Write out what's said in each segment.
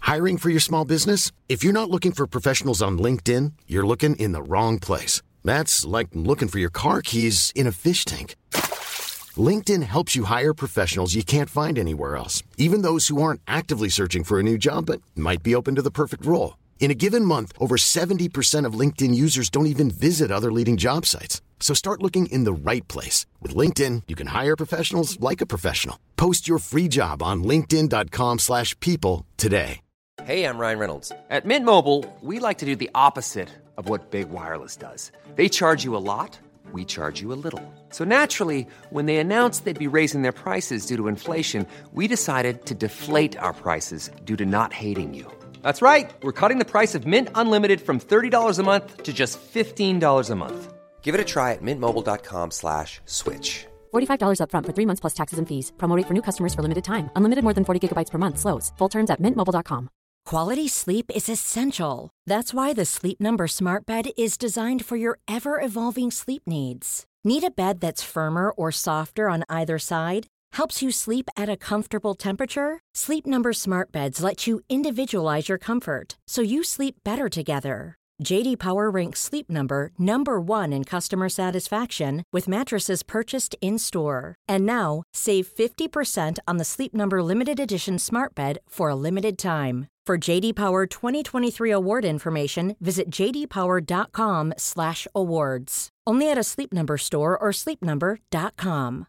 Hiring for your small business? If you're not looking for professionals on LinkedIn, you're looking in the wrong place. That's like looking for your car keys in a fish tank. LinkedIn helps you hire professionals you can't find anywhere else, even those who aren't actively searching for a new job but might be open to the perfect role. In a given month, over 70% of LinkedIn users don't even visit other leading job sites. So start looking in the right place. With LinkedIn, you can hire professionals like a professional. Post your free job on linkedin.com/people today. Hey, I'm Ryan Reynolds. At Mint Mobile, we like to do the opposite of what Big Wireless does. They charge you a lot, we charge you a little. So naturally, when they announced they'd be raising their prices due to inflation, we decided to deflate our prices due to not hating you. That's right. We're cutting the price of Mint Unlimited from $30 a month to just $15 a month. Give it a try at mintmobile.com/switch. $45 up front for 3 months plus taxes and fees. Promo rate for new customers for limited time. Unlimited more than 40 gigabytes per month. Slows full terms at mintmobile.com. Quality sleep is essential. That's why the Sleep Number Smart Bed is designed for your ever-evolving sleep needs. Need a bed that's firmer or softer on either side? Helps you sleep at a comfortable temperature? Sleep Number Smart Beds let you individualize your comfort, so you sleep better together. J.D. Power ranks Sleep Number number 1 in customer satisfaction with mattresses purchased in-store. And now, save 50% on the Sleep Number Limited Edition Smart Bed for a limited time. For J.D. Power 2023 award information, visit jdpower.com/awards. Only at a Sleep Number store or sleepnumber.com.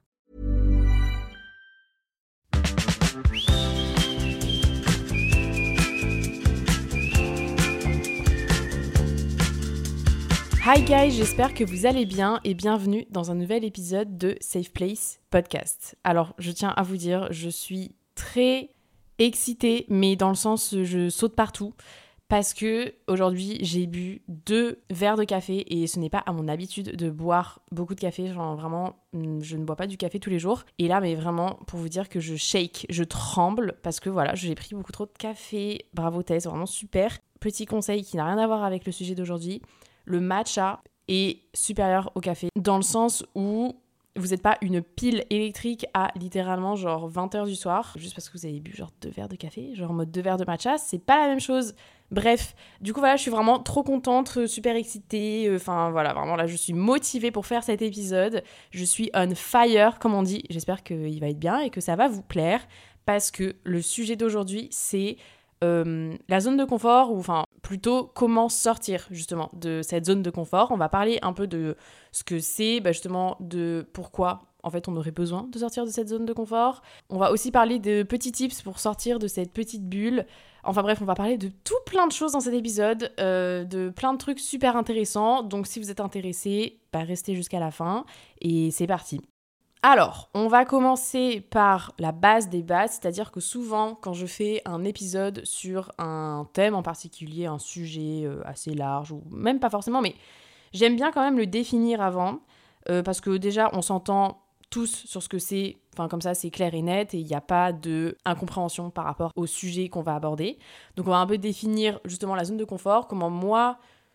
Hi guys, j'espère que vous allez bien et bienvenue dans un nouvel épisode de Safe Place Podcast. Alors, je tiens à vous dire, je suis très excitée, mais dans le sens je saute partout parce que aujourd'hui j'ai bu 2 verres de café et ce n'est pas à mon habitude de boire beaucoup de café, genre vraiment je ne bois pas du café tous les jours et là mais vraiment pour vous dire que je shake, je tremble parce que voilà, j'ai pris beaucoup trop de café. Bravo Tess, vraiment super. Petit conseil qui n'a rien à voir avec le sujet d'aujourd'hui, le matcha est supérieur au café dans le sens où vous n'êtes pas une pile électrique à littéralement genre 20h du soir juste parce que vous avez bu genre 2 verres de café, genre en mode 2 verres de matcha, c'est pas la même chose. Bref, du coup voilà, je suis vraiment trop contente, super excitée, enfin voilà, vraiment là je suis motivée pour faire cet épisode, je suis on fire comme on dit, j'espère qu'il va être bien et que ça va vous plaire parce que le sujet d'aujourd'hui c'est la zone de confort, ou enfin plutôt comment sortir justement de cette zone de confort. On va parler un peu de ce que c'est, justement de pourquoi en fait on aurait besoin de sortir de cette zone de confort. On va aussi parler de petits tips pour sortir de cette petite bulle. Enfin bref, on va parler de tout plein de choses dans cet épisode, de plein de trucs super intéressants. Donc si vous êtes intéressés, restez jusqu'à la fin et c'est parti. Alors, on va commencer par la base des bases, c'est-à-dire que souvent, quand je fais un épisode sur un thème en particulier, un sujet assez large, ou même pas forcément, mais j'aime bien quand même le définir avant, parce que déjà, on s'entend tous sur ce que c'est, enfin comme ça, c'est clair et net, et il n'y a pas d'incompréhension par rapport au sujet qu'on va aborder. Donc on va un peu définir justement la zone de confort, comment moi,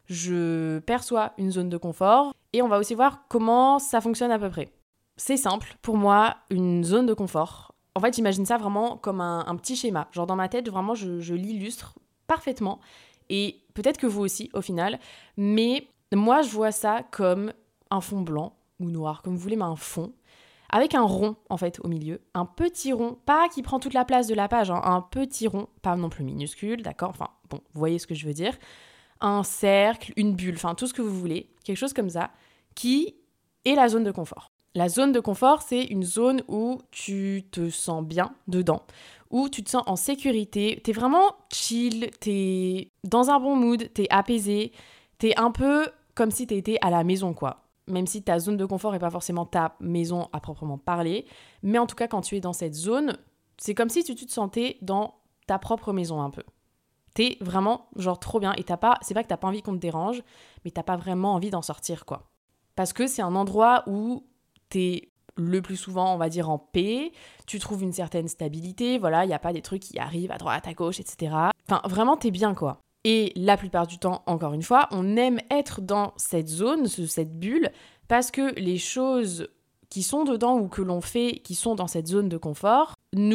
je perçois une zone de confort, et on va aussi voir comment ça fonctionne à peu près. C'est simple, pour moi, une zone de confort. En fait, j'imagine ça vraiment comme un petit schéma. Genre dans ma tête, vraiment, je l'illustre parfaitement. Et peut-être que vous aussi, au final. Mais moi, je vois ça comme un fond blanc ou noir, comme vous voulez, mais un fond. Avec un rond, en fait, au milieu. Un petit rond, pas qui prend toute la place de la page, hein, un petit rond, pas non plus minuscule, d'accord ? Enfin, bon, vous voyez ce que je veux dire. Un cercle, une bulle, enfin, tout ce que vous voulez. Quelque chose comme ça, qui est la zone de confort. La zone de confort, c'est une zone où tu te sens bien dedans, où tu te sens en sécurité, t'es vraiment chill, t'es dans un bon mood, t'es apaisé, t'es un peu comme si t'étais à la maison, quoi. Même si ta zone de confort n'est pas forcément ta maison à proprement parler, mais en tout cas, quand tu es dans cette zone, c'est comme si tu te sentais dans ta propre maison un peu. T'es vraiment genre trop bien et c'est pas que t'as pas envie qu'on te dérange, mais t'as pas vraiment envie d'en sortir, quoi. Parce que c'est un endroit où t'es le plus souvent, on va dire, en paix, tu trouves une certaine stabilité, voilà, il n'y a pas des trucs qui arrivent à droite, à gauche, etc. Enfin, vraiment, t'es bien, quoi. Et la plupart du temps, encore une fois, on aime être dans cette zone, cette bulle, parce que les choses qui sont dedans ou que l'on fait, qui sont dans cette zone de confort, nous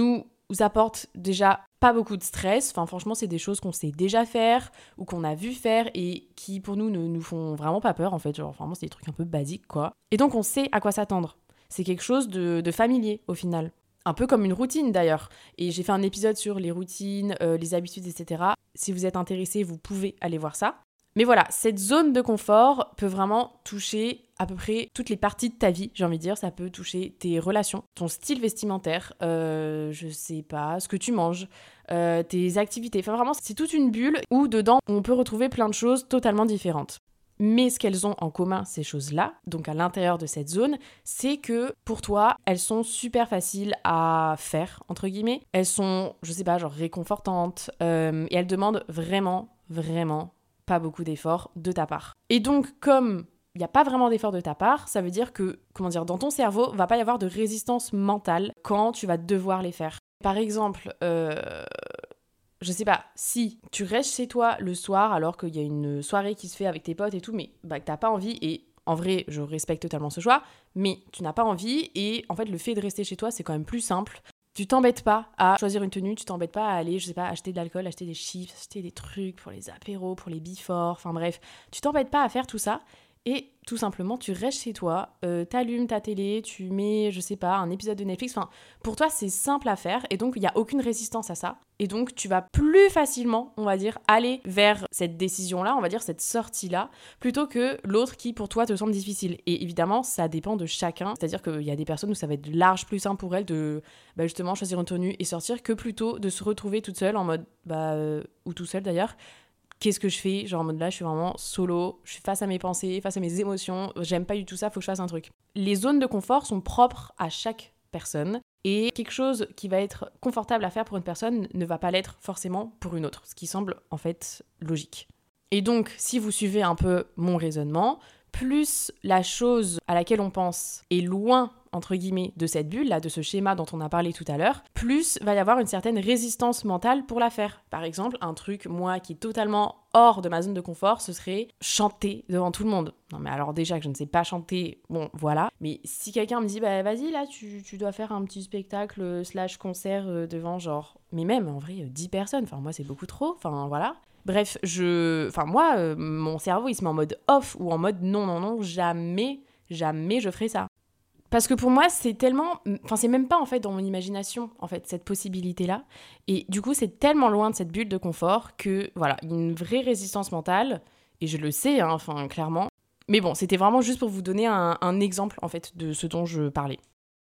vous apporte déjà pas beaucoup de stress. Enfin, franchement, c'est des choses qu'on sait déjà faire ou qu'on a vu faire et qui, pour nous, ne nous font vraiment pas peur, en fait. Genre, vraiment, c'est des trucs un peu basiques, quoi. Et donc, on sait à quoi s'attendre. C'est quelque chose de familier, au final. Un peu comme une routine, d'ailleurs. Et j'ai fait un épisode sur les routines, les habitudes, etc. Si vous êtes intéressé, vous pouvez aller voir ça. Mais voilà, cette zone de confort peut vraiment toucher à peu près toutes les parties de ta vie, j'ai envie de dire. Ça peut toucher tes relations, ton style vestimentaire, je sais pas, ce que tu manges, tes activités. Enfin vraiment, c'est toute une bulle où dedans, on peut retrouver plein de choses totalement différentes. Mais ce qu'elles ont en commun, ces choses-là, donc à l'intérieur de cette zone, c'est que pour toi, elles sont super faciles à faire, entre guillemets. Elles sont, je sais pas, genre réconfortantes, et elles demandent vraiment pas beaucoup d'efforts de ta part. Et donc, comme il n'y a pas vraiment d'effort de ta part, ça veut dire que, dans ton cerveau, va pas y avoir de résistance mentale quand tu vas devoir les faire. Par exemple, je sais pas, si tu restes chez toi le soir alors qu'il y a une soirée qui se fait avec tes potes et tout, mais que t'as pas envie, et en vrai, je respecte totalement ce choix, mais tu n'as pas envie, et en fait, le fait de rester chez toi, c'est quand même plus simple. Tu t'embêtes pas à choisir une tenue, tu t'embêtes pas à aller, je sais pas, acheter de l'alcool, acheter des chips, acheter des trucs pour les apéros, pour les before, enfin bref. Tu t'embêtes pas à faire tout ça et tout simplement tu restes chez toi, t'allumes ta télé, tu mets, je sais pas, un épisode de Netflix, enfin pour toi c'est simple à faire et donc il y a aucune résistance à ça. Et donc tu vas plus facilement, on va dire, aller vers cette décision-là, on va dire cette sortie-là, plutôt que l'autre qui pour toi te semble difficile. Et évidemment ça dépend de chacun, c'est-à-dire qu'il y a des personnes où ça va être large plus simple pour elles de justement choisir une tenue et sortir que plutôt de se retrouver toute seule en mode, ou tout seul d'ailleurs, qu'est-ce que je fais ? Genre en mode là, je suis vraiment solo, je suis face à mes pensées, face à mes émotions, j'aime pas du tout ça, faut que je fasse un truc. Les zones de confort sont propres à chaque personne et quelque chose qui va être confortable à faire pour une personne ne va pas l'être forcément pour une autre, ce qui semble en fait logique. Et donc, si vous suivez un peu mon raisonnement, plus la chose à laquelle on pense est loin, entre guillemets, de cette bulle, là, de ce schéma dont on a parlé tout à l'heure, plus va y avoir une certaine résistance mentale pour la faire. Par exemple, un truc, moi, qui est totalement hors de ma zone de confort, ce serait chanter devant tout le monde. Non mais alors déjà que je ne sais pas chanter, bon, voilà. Mais si quelqu'un me dit, vas-y, là, tu dois faire un petit spectacle / concert devant, genre, mais même, en vrai, 10 personnes, enfin, moi, c'est beaucoup trop, enfin, voilà. Bref, moi, mon cerveau, il se met en mode off ou en mode non, jamais je ferai ça. Parce que pour moi, c'est tellement... Enfin, c'est même pas, en fait, dans mon imagination, en fait, cette possibilité-là. Et du coup, c'est tellement loin de cette bulle de confort que, voilà, il y a une vraie résistance mentale. Et je le sais, hein, enfin, clairement. Mais bon, c'était vraiment juste pour vous donner un exemple, en fait, de ce dont je parlais.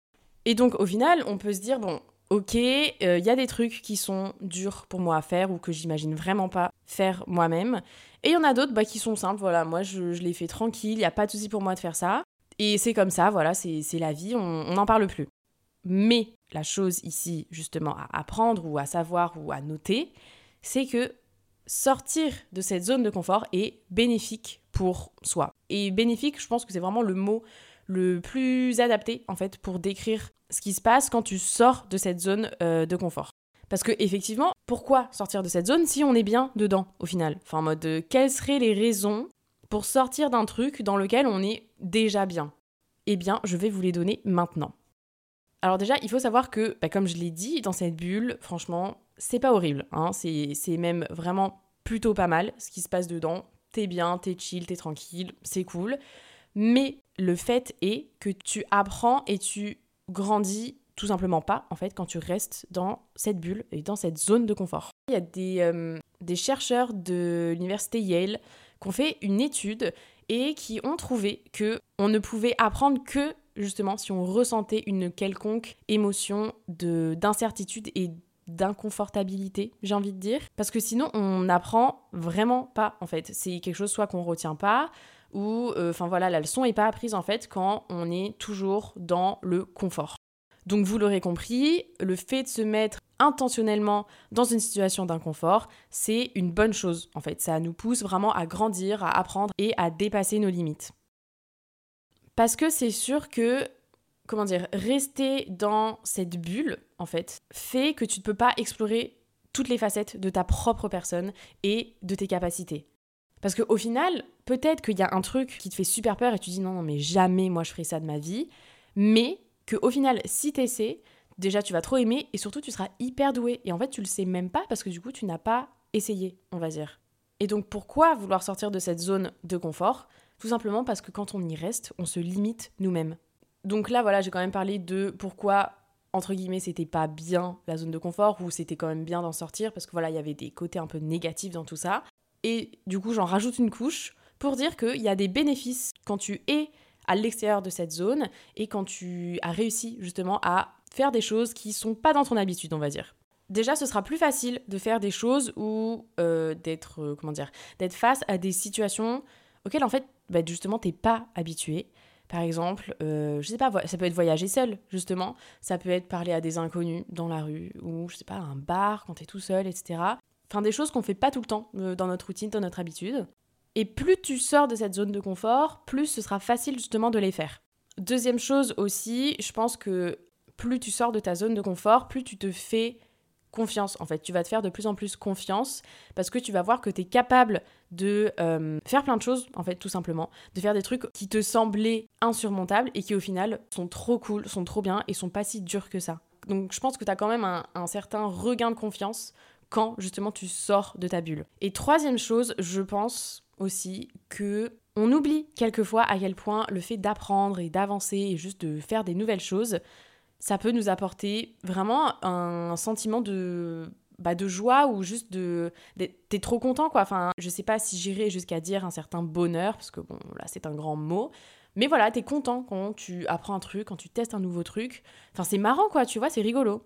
Et donc, au final, on peut se dire, bon... Ok, y a des trucs qui sont durs pour moi à faire ou que j'imagine vraiment pas faire moi-même. Et il y en a d'autres qui sont simples, voilà, moi je les fais tranquille, y a pas de souci pour moi de faire ça. Et c'est comme ça, voilà, c'est la vie, on n'en parle plus. Mais la chose ici, justement, à apprendre ou à savoir ou à noter, c'est que sortir de cette zone de confort est bénéfique pour soi. Et bénéfique, je pense que c'est vraiment le mot le plus adapté, en fait, pour décrire ce qui se passe quand tu sors de cette zone de confort. Parce que effectivement, pourquoi sortir de cette zone si on est bien dedans, au final ? Enfin, en mode, quelles seraient les raisons pour sortir d'un truc dans lequel on est déjà bien ? Eh bien, je vais vous les donner maintenant. Alors déjà, il faut savoir que, comme je l'ai dit, dans cette bulle, franchement, c'est pas horrible, hein, c'est même vraiment plutôt pas mal ce qui se passe dedans. T'es bien, t'es chill, t'es tranquille, c'est cool. Mais le fait est que tu apprends et tu grandis tout simplement pas, en fait, quand tu restes dans cette bulle et dans cette zone de confort. Il y a des chercheurs de l'université Yale qui ont fait une étude et qui ont trouvé qu'on ne pouvait apprendre que, justement, si on ressentait une quelconque émotion d'incertitude et d'inconfortabilité, j'ai envie de dire. Parce que sinon, on n'apprend vraiment pas, en fait. C'est quelque chose soit qu'on retient pas, ou, la leçon n'est pas apprise, en fait, quand on est toujours dans le confort. Donc, vous l'aurez compris, le fait de se mettre intentionnellement dans une situation d'inconfort, c'est une bonne chose, en fait. Ça nous pousse vraiment à grandir, à apprendre et à dépasser nos limites. Parce que c'est sûr que, rester dans cette bulle, en fait, fait que tu ne peux pas explorer toutes les facettes de ta propre personne et de tes capacités. Parce qu'au final, peut-être qu'il y a un truc qui te fait super peur et tu dis non, mais jamais moi je ferai ça de ma vie, mais qu'au final, si tu essaies, déjà tu vas trop aimer et surtout tu seras hyper doué. Et en fait, tu le sais même pas parce que du coup, tu n'as pas essayé, on va dire. Et donc, pourquoi vouloir sortir de cette zone de confort ? Tout simplement parce que quand on y reste, on se limite nous-mêmes. Donc là, voilà, j'ai quand même parlé de pourquoi, entre guillemets, c'était pas bien la zone de confort ou c'était quand même bien d'en sortir parce que voilà, il y avait des côtés un peu négatifs dans tout ça. Et du coup, j'en rajoute une couche pour dire qu'il y a des bénéfices quand tu es à l'extérieur de cette zone et quand tu as réussi justement à faire des choses qui sont pas dans ton habitude, on va dire. Déjà, ce sera plus facile de faire des choses ou d'être face à des situations auxquelles en fait, justement, t'es pas habitué. Par exemple, je sais pas, ça peut être voyager seul, justement. Ça peut être parler à des inconnus dans la rue ou, je sais pas, un bar quand t'es tout seul, etc. Enfin, des choses qu'on fait pas tout le temps dans notre routine, dans notre habitude. Et plus tu sors de cette zone de confort, plus ce sera facile justement de les faire. Deuxième chose aussi, je pense que plus tu sors de ta zone de confort, plus tu te fais confiance. En fait, tu vas te faire de plus en plus confiance parce que tu vas voir que tu es capable de faire plein de choses, en fait, tout simplement. De faire des trucs qui te semblaient insurmontables et qui, au final, sont trop cool, sont trop bien et sont pas si durs que ça. Donc, je pense que tu as quand même un certain regain de confiance quand, justement, tu sors de ta bulle. Et troisième chose, je pense aussi que on oublie quelquefois à quel point le fait d'apprendre et d'avancer et juste de faire des nouvelles choses, ça peut nous apporter vraiment un sentiment de joie ou juste t'es trop content, quoi. Enfin, je sais pas si j'irai jusqu'à dire un certain bonheur, parce que bon, là, c'est un grand mot. Mais voilà, t'es content quand tu apprends un truc, quand tu testes un nouveau truc. Enfin, c'est marrant, quoi, tu vois, c'est rigolo.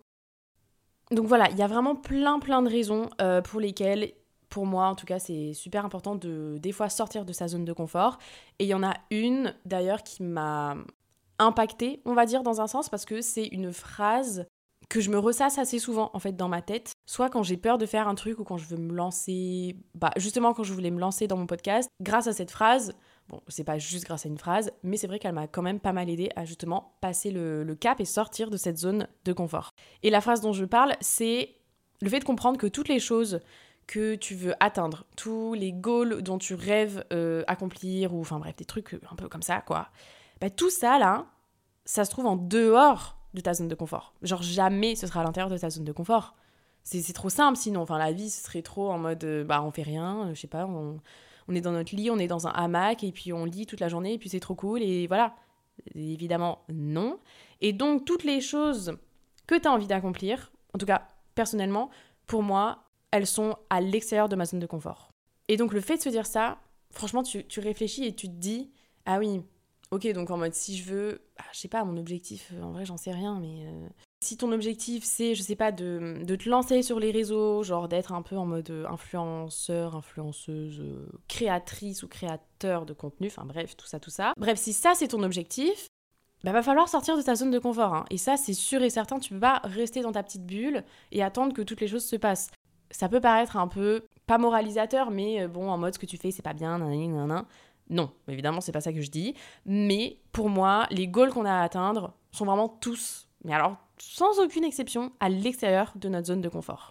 Donc voilà, il y a vraiment plein de raisons pour lesquelles, pour moi, en tout cas, c'est super important de, des fois, sortir de sa zone de confort. Et il y en a une, d'ailleurs, qui m'a impactée, on va dire, dans un sens, parce que c'est une phrase que je me ressasse assez souvent, en fait, dans ma tête. Soit quand j'ai peur de faire un truc ou quand je veux me lancer... justement, quand je voulais me lancer dans mon podcast, grâce à cette phrase... Bon, c'est pas juste grâce à une phrase, mais c'est vrai qu'elle m'a quand même pas mal aidée à justement passer le cap et sortir de cette zone de confort. Et la phrase dont je parle, c'est le fait de comprendre que toutes les choses que tu veux atteindre, tous les goals dont tu rêves accomplir, ou enfin bref, des trucs un peu comme ça, quoi. Tout ça, là, ça se trouve en dehors de ta zone de confort. Genre, jamais ce sera à l'intérieur de ta zone de confort. C'est trop simple, sinon. Enfin, la vie, ce serait trop en mode, on fait rien, je sais pas, on est dans notre lit, on est dans un hamac, et puis on lit toute la journée, et puis c'est trop cool, et voilà. Et évidemment, non. Et donc, toutes les choses que tu as envie d'accomplir, en tout cas, personnellement, pour moi, elles sont à l'extérieur de ma zone de confort. Et donc, le fait de se dire ça, franchement, tu réfléchis et tu te dis, ah oui, ok, donc en mode, si je veux, je sais pas, mon objectif, en vrai, j'en sais rien, mais... Si ton objectif, c'est, je sais pas, de te lancer sur les réseaux, genre d'être un peu en mode influenceur, influenceuse, créatrice ou créateur de contenu, enfin bref, tout ça. Bref, si ça, c'est ton objectif, va falloir sortir de ta zone de confort. Hein. Et ça, c'est sûr et certain, tu peux pas rester dans ta petite bulle et attendre que toutes les choses se passent. Ça peut paraître un peu, pas moralisateur, mais bon, en mode, ce que tu fais, c'est pas bien, nanana. Non, évidemment, c'est pas ça que je dis. Mais pour moi, les goals qu'on a à atteindre sont vraiment tous, mais alors sans aucune exception, à l'extérieur de notre zone de confort.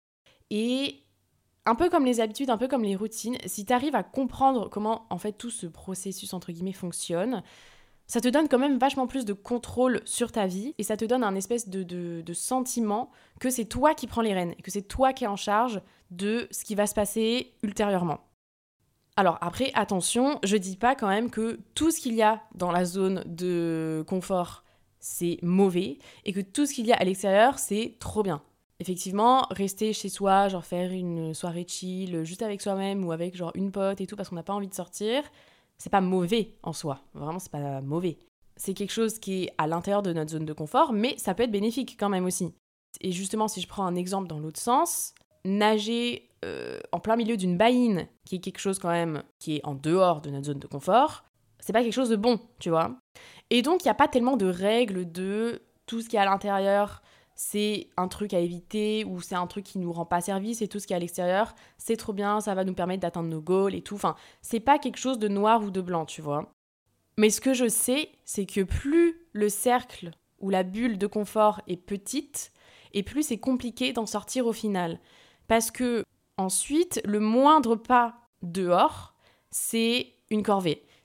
Et un peu comme les habitudes, un peu comme les routines, si tu arrives à comprendre comment en fait tout ce processus entre guillemets fonctionne, ça te donne quand même vachement plus de contrôle sur ta vie et ça te donne un espèce de sentiment que c'est toi qui prends les rênes et que c'est toi qui es en charge de ce qui va se passer ultérieurement. Alors après, attention, je dis pas quand même que tout ce qu'il y a dans la zone de confort c'est mauvais, et que tout ce qu'il y a à l'extérieur, c'est trop bien. Effectivement, rester chez soi, genre faire une soirée chill, juste avec soi-même, ou avec genre une pote et tout, parce qu'on n'a pas envie de sortir, c'est pas mauvais en soi. Vraiment, c'est pas mauvais. C'est quelque chose qui est à l'intérieur de notre zone de confort, mais ça peut être bénéfique quand même aussi. Et justement, si je prends un exemple dans l'autre sens, nager en plein milieu d'une baïne, qui est quelque chose quand même qui est en dehors de notre zone de confort, c'est pas quelque chose de bon, tu vois. Et donc, il n'y a pas tellement de règles de tout ce qui est à l'intérieur, c'est un truc à éviter ou c'est un truc qui nous rend pas service et tout ce qui est à l'extérieur, c'est trop bien, ça va nous permettre d'atteindre nos goals et tout. Enfin, c'est pas quelque chose de noir ou de blanc, tu vois. Mais ce que je sais, c'est que plus le cercle ou la bulle de confort est petite et plus c'est compliqué d'en sortir au final. Parce que ensuite, le moindre pas dehors, c'est une corvée.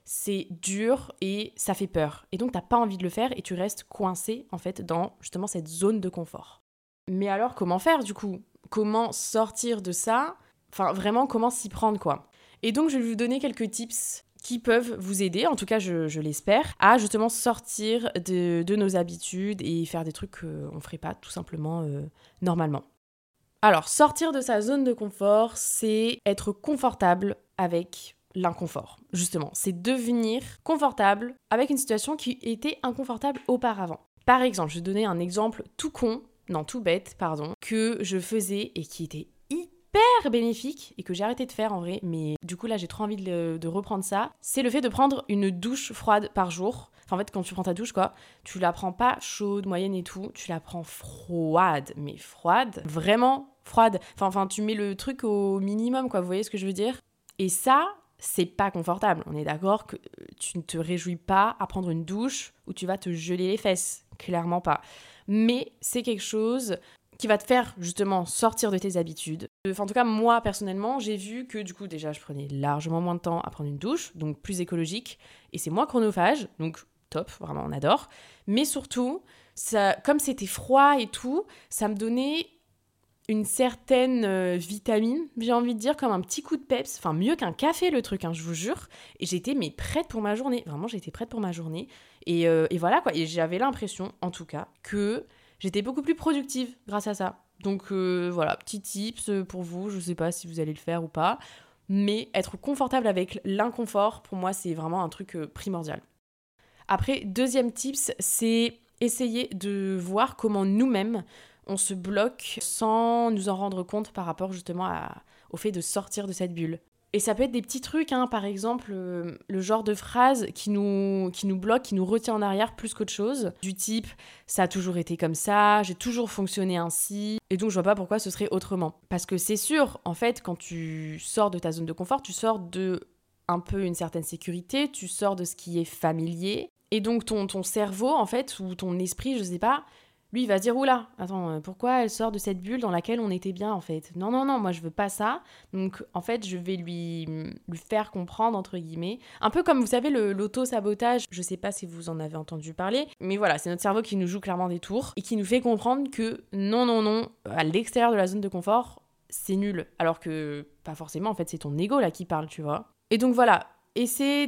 c'est dur et ça fait peur. Et donc, t'as pas envie de le faire et tu restes coincé, en fait, dans justement cette zone de confort. Mais alors, comment faire, du coup ? Comment sortir de ça ? Enfin, vraiment, comment s'y prendre, quoi ? Et donc, je vais vous donner quelques tips qui peuvent vous aider, en tout cas, je l'espère, à justement sortir de nos habitudes et faire des trucs qu'on ferait pas, tout simplement, normalement. Alors, sortir de sa zone de confort, c'est être confortable avec l'inconfort, justement. C'est devenir confortable avec une situation qui était inconfortable auparavant. Par exemple, je vais donner un exemple tout bête, que je faisais et qui était hyper bénéfique et que j'ai arrêté de faire en vrai, mais du coup là j'ai trop envie de reprendre ça. C'est le fait de prendre une douche froide par jour. Enfin, en fait, quand tu prends ta douche, quoi, tu la prends pas chaude, moyenne et tout, tu la prends froide, mais froide, vraiment froide. Enfin, tu mets le truc au minimum, quoi, vous voyez ce que je veux dire ? Et ça, c'est pas confortable. On est d'accord que tu ne te réjouis pas à prendre une douche où tu vas te geler les fesses, clairement pas. Mais c'est quelque chose qui va te faire justement sortir de tes habitudes. Enfin, en tout cas, moi, personnellement, j'ai vu que du coup, déjà, je prenais largement moins de temps à prendre une douche, donc plus écologique, et c'est moins chronophage, donc top, vraiment, on adore. Mais surtout, ça, comme c'était froid et tout, ça me donnait une certaine vitamine, j'ai envie de dire, comme un petit coup de peps, enfin mieux qu'un café le truc, je vous jure, et j'étais prête pour ma journée, vraiment j'étais prête pour ma journée, et voilà quoi, et j'avais l'impression en tout cas que j'étais beaucoup plus productive grâce à ça. Donc voilà, petit tips pour vous, je sais pas si vous allez le faire ou pas, mais être confortable avec l'inconfort, pour moi c'est vraiment un truc primordial. Après, deuxième tips, c'est essayer de voir comment nous-mêmes on se bloque sans nous en rendre compte par rapport justement au fait de sortir de cette bulle. Et ça peut être des petits trucs, par exemple, le genre de phrase qui nous bloque, qui nous retient en arrière plus qu'autre chose. Du type « ça a toujours été comme ça, j'ai toujours fonctionné ainsi, et donc je vois pas pourquoi ce serait autrement ». Parce que c'est sûr, en fait, quand tu sors de ta zone de confort, tu sors de un peu une certaine sécurité, tu sors de ce qui est familier, et donc ton cerveau, en fait, ou ton esprit, je sais pas, lui, il va se dire « Oula, attends, pourquoi elle sort de cette bulle dans laquelle on était bien, en fait ? Non, moi, je veux pas ça. » Donc, en fait, je vais lui faire comprendre, entre guillemets. Un peu comme, vous savez, l'auto-sabotage. Je sais pas si vous en avez entendu parler. Mais voilà, c'est notre cerveau qui nous joue clairement des tours et qui nous fait comprendre que non, à l'extérieur de la zone de confort, c'est nul. Alors que, pas forcément, en fait, c'est ton ego, là, qui parle, tu vois. Et donc, voilà. Essaie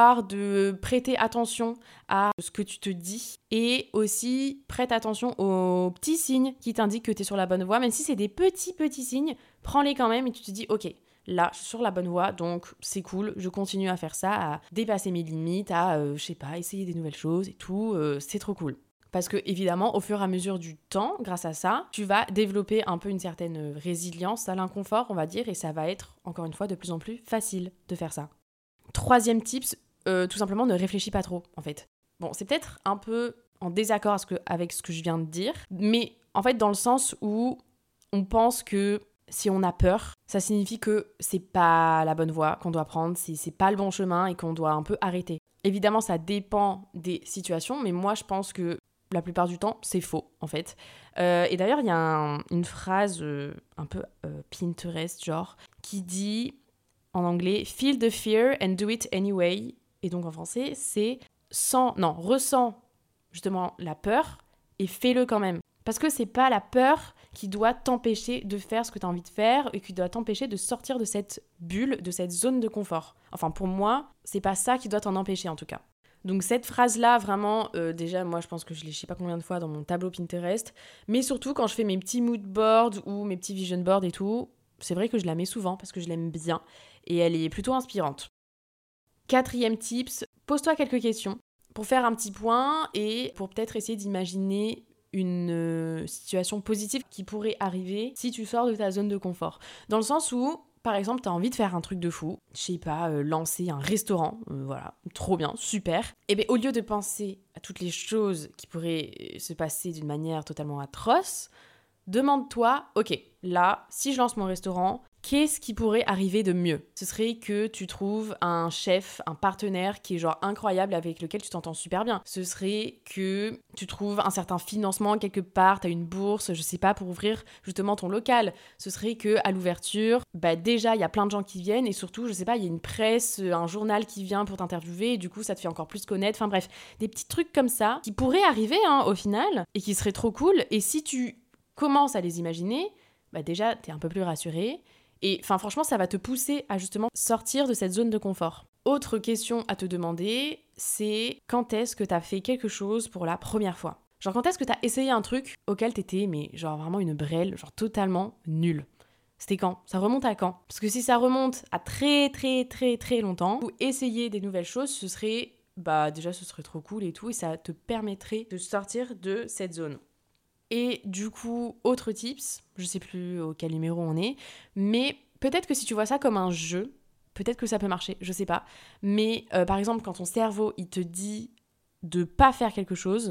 de prêter attention à ce que tu te dis et aussi prête attention aux petits signes qui t'indiquent que tu es sur la bonne voie. Même si c'est des petits signes, prends-les quand même et tu te dis « Ok, là, je suis sur la bonne voie, donc c'est cool, je continue à faire ça, à dépasser mes limites, à, essayer des nouvelles choses et tout, c'est trop cool. » Parce que, évidemment, au fur et à mesure du temps, grâce à ça, tu vas développer un peu une certaine résilience à l'inconfort, on va dire, et ça va être, encore une fois, de plus en plus facile de faire ça. Troisième tips, tout simplement ne réfléchis pas trop, en fait. Bon, c'est peut-être un peu en désaccord avec ce que je viens de dire, mais en fait dans le sens où on pense que si on a peur, ça signifie que c'est pas la bonne voie qu'on doit prendre, c'est pas le bon chemin et qu'on doit un peu arrêter. Évidemment, ça dépend des situations, mais moi je pense que la plupart du temps, c'est faux, en fait. Et d'ailleurs, il y a une phrase un peu Pinterest, genre, qui dit... En anglais, feel the fear and do it anyway. Et donc en français, c'est ressens justement la peur et fais-le quand même. Parce que c'est pas la peur qui doit t'empêcher de faire ce que tu as envie de faire et qui doit t'empêcher de sortir de cette bulle, de cette zone de confort. Enfin, pour moi, c'est pas ça qui doit t'en empêcher en tout cas. Donc cette phrase-là, vraiment, déjà, moi, je pense que je l'ai je sais pas combien de fois dans mon tableau Pinterest. Mais surtout, quand je fais mes petits mood boards ou mes petits vision boards et tout, c'est vrai que je la mets souvent parce que je l'aime bien. Et elle est plutôt inspirante. Quatrième tips, pose-toi quelques questions pour faire un petit point et pour peut-être essayer d'imaginer une situation positive qui pourrait arriver si tu sors de ta zone de confort. Dans le sens où, par exemple, tu as envie de faire un truc de fou, je sais pas, lancer un restaurant, voilà, trop bien, super. Et bien au lieu de penser à toutes les choses qui pourraient se passer d'une manière totalement atroce, demande-toi, ok, là, si je lance mon restaurant, Qu'est-ce qui pourrait arriver de mieux ? Ce serait que tu trouves un chef, un partenaire qui est genre incroyable, avec lequel tu t'entends super bien. Ce serait que tu trouves un certain financement quelque part, t'as une bourse, je sais pas, pour ouvrir justement ton local. Ce serait que à l'ouverture, déjà il y a plein de gens qui viennent et surtout, je sais pas, il y a une presse, un journal qui vient pour t'interviewer et du coup ça te fait encore plus connaître. Enfin bref, des petits trucs comme ça qui pourraient arriver au final et qui seraient trop cool. Et si tu commences à les imaginer, déjà t'es un peu plus rassuré. Et franchement, ça va te pousser à justement sortir de cette zone de confort. Autre question à te demander, c'est quand est-ce que t'as fait quelque chose pour la première fois ? Genre quand est-ce que t'as essayé un truc auquel t'étais, mais genre vraiment une brêle, genre totalement nulle ? C'était quand ? Ça remonte à quand ? Parce que si ça remonte à très très très très longtemps, ou essayer des nouvelles choses, ce serait, déjà ce serait trop cool et tout, et ça te permettrait de sortir de cette zone. Et du coup, autre tips, je sais plus auquel numéro on est, mais peut-être que si tu vois ça comme un jeu, peut-être que ça peut marcher, je sais pas. Mais par exemple, quand ton cerveau, il te dit de pas faire quelque chose,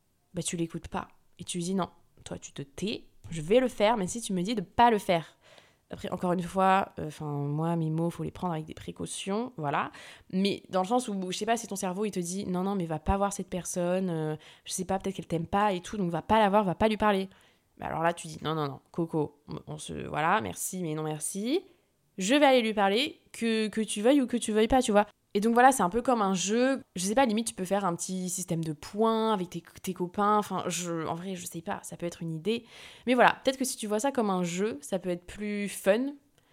tu l'écoutes pas. Et tu lui dis non, toi tu te tais, je vais le faire, mais si tu me dis de pas le faire. Après, encore une fois, moi, mes mots, faut les prendre avec des précautions, voilà. Mais dans le sens où, je sais pas, si ton cerveau, il te dit « Non, mais va pas voir cette personne, je sais pas, peut-être qu'elle t'aime pas et tout, donc va pas la voir, va pas lui parler. » Alors là, tu dis « Non, Coco, voilà, merci, mais non merci. Je vais aller lui parler, que tu veuilles ou que tu veuilles pas, tu vois. » Et donc voilà, c'est un peu comme un jeu. Je sais pas, limite, tu peux faire un petit système de points avec tes copains. En vrai, je sais pas, ça peut être une idée. Mais voilà, peut-être que si tu vois ça comme un jeu, ça peut être plus fun.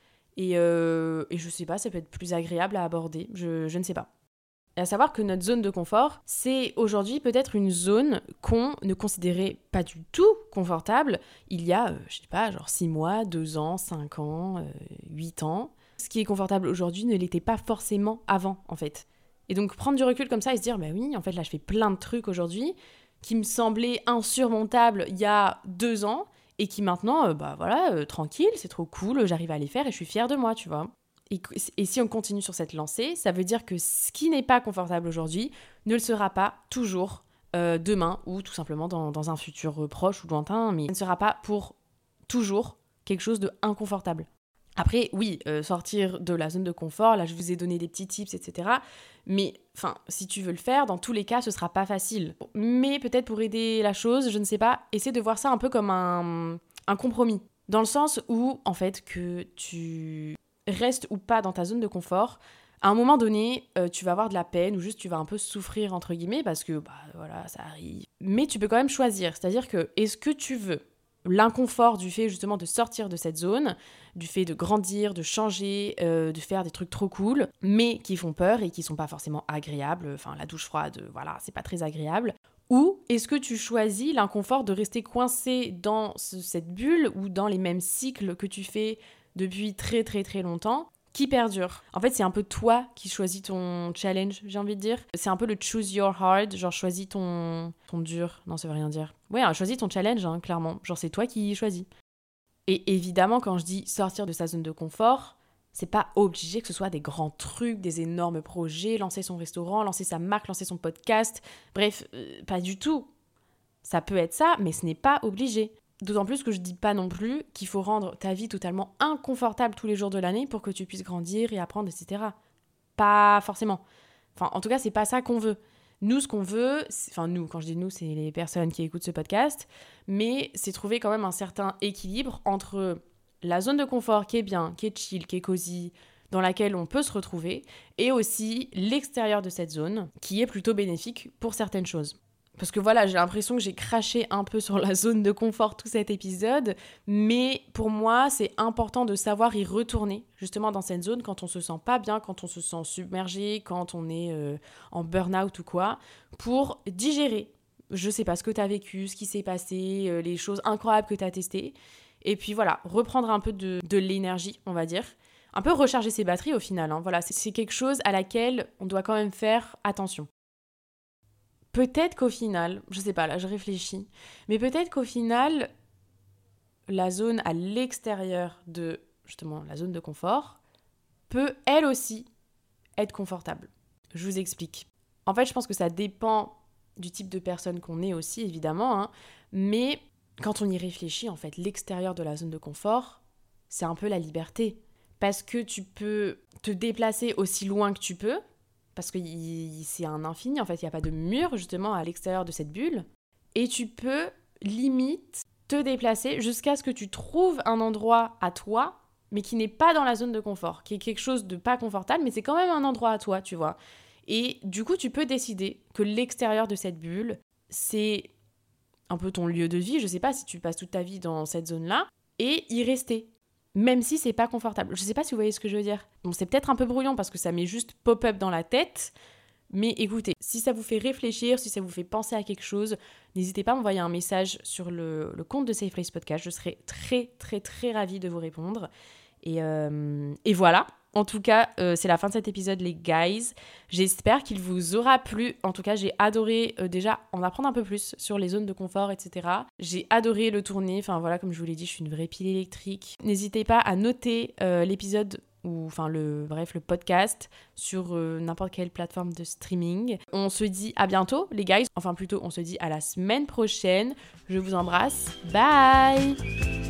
Et je sais pas, ça peut être plus agréable à aborder. Je ne sais pas. Et à savoir que notre zone de confort, c'est aujourd'hui peut-être une zone qu'on ne considérait pas du tout confortable il y a, je sais pas, genre 6 mois, 2 ans, 5 ans, 8 ans. Ce qui est confortable aujourd'hui ne l'était pas forcément avant, en fait. Et donc prendre du recul comme ça et se dire, oui, en fait là je fais plein de trucs aujourd'hui qui me semblaient insurmontables il y a 2 ans et qui maintenant, tranquille, c'est trop cool, j'arrive à les faire et je suis fière de moi, tu vois. Et si on continue sur cette lancée, ça veut dire que ce qui n'est pas confortable aujourd'hui ne le sera pas toujours demain ou tout simplement dans un futur proche ou lointain, mais ça ne sera pas pour toujours quelque chose de inconfortable. Après, oui, sortir de la zone de confort, là je vous ai donné des petits tips, etc. Mais si tu veux le faire, dans tous les cas, ce sera pas facile. Mais peut-être pour aider la chose, je ne sais pas, essaie de voir ça un peu comme un compromis. Dans le sens où, en fait, que tu restes ou pas dans ta zone de confort, à un moment donné, tu vas avoir de la peine ou juste tu vas un peu souffrir, entre guillemets, parce que, voilà, ça arrive. Mais tu peux quand même choisir, c'est-à-dire que, est-ce que tu veux l'inconfort du fait justement de sortir de cette zone, du fait de grandir, de changer, de faire des trucs trop cool, mais qui font peur et qui sont pas forcément agréables, la douche froide, voilà, c'est pas très agréable. Ou est-ce que tu choisis l'inconfort de rester coincé dans cette bulle ou dans les mêmes cycles que tu fais depuis très très très longtemps, qui perdure. En fait, c'est un peu toi qui choisis ton challenge, j'ai envie de dire. C'est un peu le choose your hard, genre choisis ton dur. Non, ça veut rien dire. Ouais, choisis ton challenge, clairement. Genre, c'est toi qui choisis. Et évidemment, quand je dis sortir de sa zone de confort, c'est pas obligé que ce soit des grands trucs, des énormes projets, lancer son restaurant, lancer sa marque, lancer son podcast. Bref, pas du tout. Ça peut être ça, mais ce n'est pas obligé. D'autant plus que je dis pas non plus qu'il faut rendre ta vie totalement inconfortable tous les jours de l'année pour que tu puisses grandir et apprendre, etc. Pas forcément. En tout cas, c'est pas ça qu'on veut. Nous, ce qu'on veut, nous, quand je dis nous, c'est les personnes qui écoutent ce podcast, mais c'est trouver quand même un certain équilibre entre la zone de confort qui est bien, qui est chill, qui est cosy, dans laquelle on peut se retrouver, et aussi l'extérieur de cette zone, qui est plutôt bénéfique pour certaines choses. Parce que voilà, j'ai l'impression que j'ai craché un peu sur la zone de confort tout cet épisode, mais pour moi, c'est important de savoir y retourner, justement dans cette zone, quand on se sent pas bien, quand on se sent submergé, quand on est en burn-out ou quoi, pour digérer, je sais pas, ce que t'as vécu, ce qui s'est passé, les choses incroyables que t'as testées, et puis voilà, reprendre un peu de l'énergie, on va dire, un peu recharger ses batteries au final, voilà, c'est quelque chose à laquelle on doit quand même faire attention. Peut-être qu'au final, je sais pas, là je réfléchis, mais peut-être qu'au final, la zone à l'extérieur de, justement, la zone de confort, peut elle aussi être confortable. Je vous explique. En fait, je pense que ça dépend du type de personne qu'on est aussi, évidemment, mais quand on y réfléchit, en fait, l'extérieur de la zone de confort, c'est un peu la liberté. Parce que tu peux te déplacer aussi loin que tu peux, parce que c'est un infini, en fait, il n'y a pas de mur justement à l'extérieur de cette bulle. Et tu peux limite te déplacer jusqu'à ce que tu trouves un endroit à toi, mais qui n'est pas dans la zone de confort, qui est quelque chose de pas confortable, mais c'est quand même un endroit à toi, tu vois. Et du coup, tu peux décider que l'extérieur de cette bulle, c'est un peu ton lieu de vie, je sais pas si tu passes toute ta vie dans cette zone-là, et y rester. Même si c'est pas confortable. Je sais pas si vous voyez ce que je veux dire. Bon, c'est peut-être un peu brouillon parce que ça m'est juste pop-up dans la tête. Mais écoutez, si ça vous fait réfléchir, si ça vous fait penser à quelque chose, n'hésitez pas à m'envoyer un message sur le compte de Safe Place Podcast. Je serai très, très, très ravie de vous répondre. Et voilà. En tout cas, c'est la fin de cet épisode, les guys. J'espère qu'il vous aura plu. En tout cas, j'ai adoré déjà en apprendre un peu plus sur les zones de confort, etc. J'ai adoré le tourner. Enfin voilà, comme je vous l'ai dit, je suis une vraie pile électrique. N'hésitez pas à noter l'épisode ou enfin le podcast sur n'importe quelle plateforme de streaming. On se dit à bientôt, les guys. Enfin plutôt, on se dit à la semaine prochaine. Je vous embrasse. Bye!